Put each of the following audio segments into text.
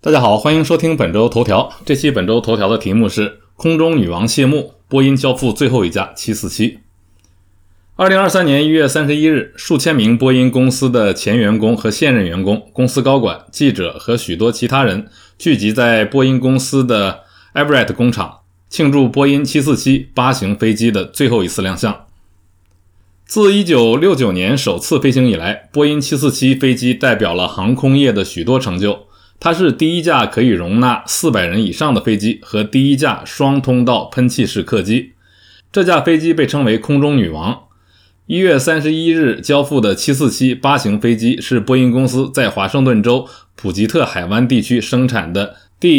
大家好，欢迎收听本周头条。这期本周头条的题目是空中女王谢幕，波音交付最后一架747。2023年1月31日，数千名波音公司的前员工和现任员工、公司高管、记者和许多其他人聚集在波音公司的 Everett 工厂，庆祝波音747-8型飞机的最后一次亮相。自1969年首次飞行以来，波音747飞机代表了航空业的许多成就。它是第一架可以容纳400人以上的飞机和第一架双通道喷气式客机。这架飞机被称为空中女王。1月31日交付的747-8型飞机是波音公司在华盛顿州普吉特海湾地区生产的第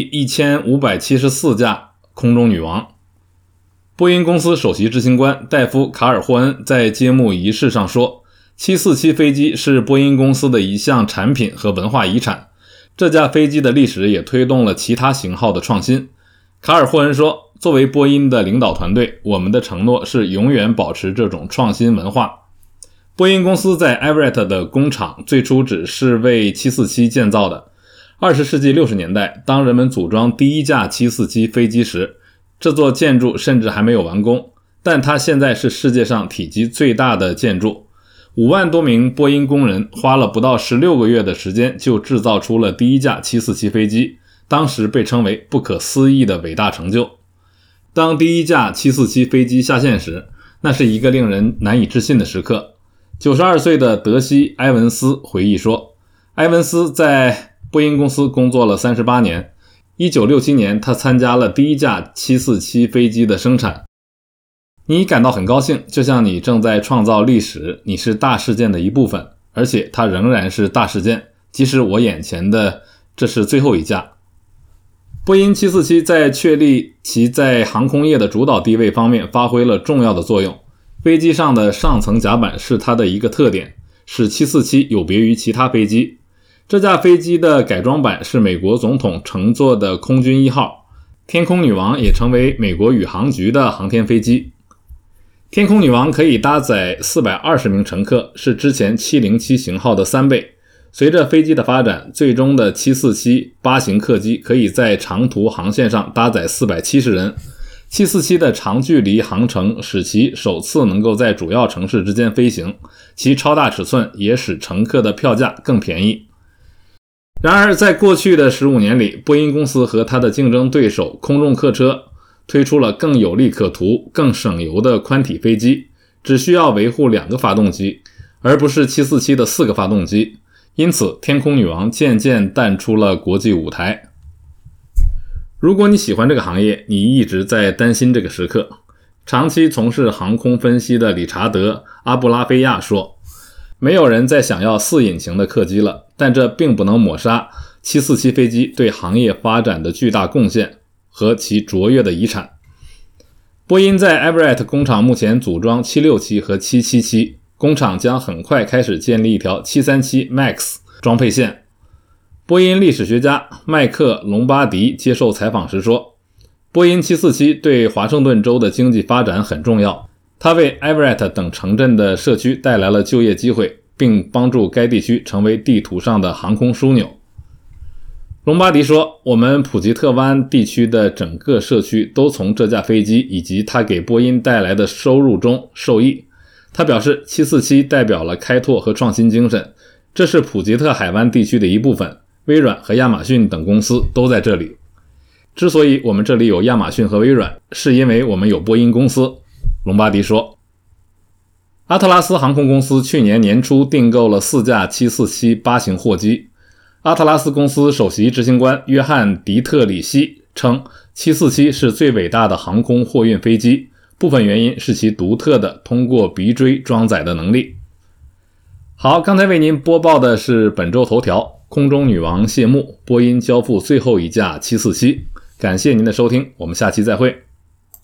1574架空中女王。波音公司首席执行官戴夫·卡尔霍恩在揭幕仪式上说，747飞机是波音公司的一项产品和文化遗产。这架飞机的历史也推动了其他型号的创新。卡尔霍恩说，作为波音的领导团队，我们的承诺是永远保持这种创新文化。波音公司在 Everett 的工厂最初只是为747建造的。20世纪60年代，当人们组装第一架747飞机时，这座建筑甚至还没有完工，但它现在是世界上体积最大的建筑。5万多名波音工人花了不到16个月的时间就制造出了第一架747飞机，当时被称为不可思议的伟大成就。当第一架747飞机下线时，那是一个令人难以置信的时刻。92岁的德西·埃文斯回忆说，埃文斯在波音公司工作了38年，1967年他参加了第一架747飞机的生产。你感到很高兴，就像你正在创造历史，你是大事件的一部分，而且它仍然是大事件，即使我眼前的这是最后一架。波音747在确立其在航空业的主导地位方面发挥了重要的作用。飞机上的上层甲板是它的一个特点，使747有别于其他飞机。这架飞机的改装版是美国总统乘坐的空军1号，天空女王也成为美国宇航局的航天飞机。天空女王可以搭载420名乘客，是之前707型号的3倍。随着飞机的发展，最终的747-8型客机可以在长途航线上搭载470人。747的长距离航程使其首次能够在主要城市之间飞行，其超大尺寸也使乘客的票价更便宜。然而，在过去的15年里，波音公司和它的竞争对手空中客车推出了更有利可图、更省油的宽体飞机，只需要维护2个发动机，而不是747的4个发动机。因此，天空女王渐渐淡出了国际舞台。如果你喜欢这个行业，你一直在担心这个时刻。长期从事航空分析的理查德·阿布拉菲亚说，没有人再想要4引擎的客机了，但这并不能抹杀747飞机对行业发展的巨大贡献和其卓越的遗产。波音在 Everett 工厂目前组装767和777，工厂将很快开始建立一条737 MAX 装配线。波音历史学家麦克·隆巴迪接受采访时说，波音747对华盛顿州的经济发展很重要，它为 Everett 等城镇的社区带来了就业机会，并帮助该地区成为地图上的航空枢纽。隆巴迪说，我们普吉特湾地区的整个社区都从这架飞机以及它给波音带来的收入中受益。他表示，747代表了开拓和创新精神，这是普吉特海湾地区的一部分，微软和亚马逊等公司都在这里。之所以我们这里有亚马逊和微软，是因为我们有波音公司，隆巴迪说。阿特拉斯航空公司去年年初订购了4架747-8型货机。阿特拉斯公司首席执行官约翰·迪特里希称，747是最伟大的航空货运飞机，部分原因是其独特的通过鼻锥装载的能力。好，刚才为您播报的是本周头条，空中女王谢幕，波音交付最后一架747。感谢您的收听，我们下期再会。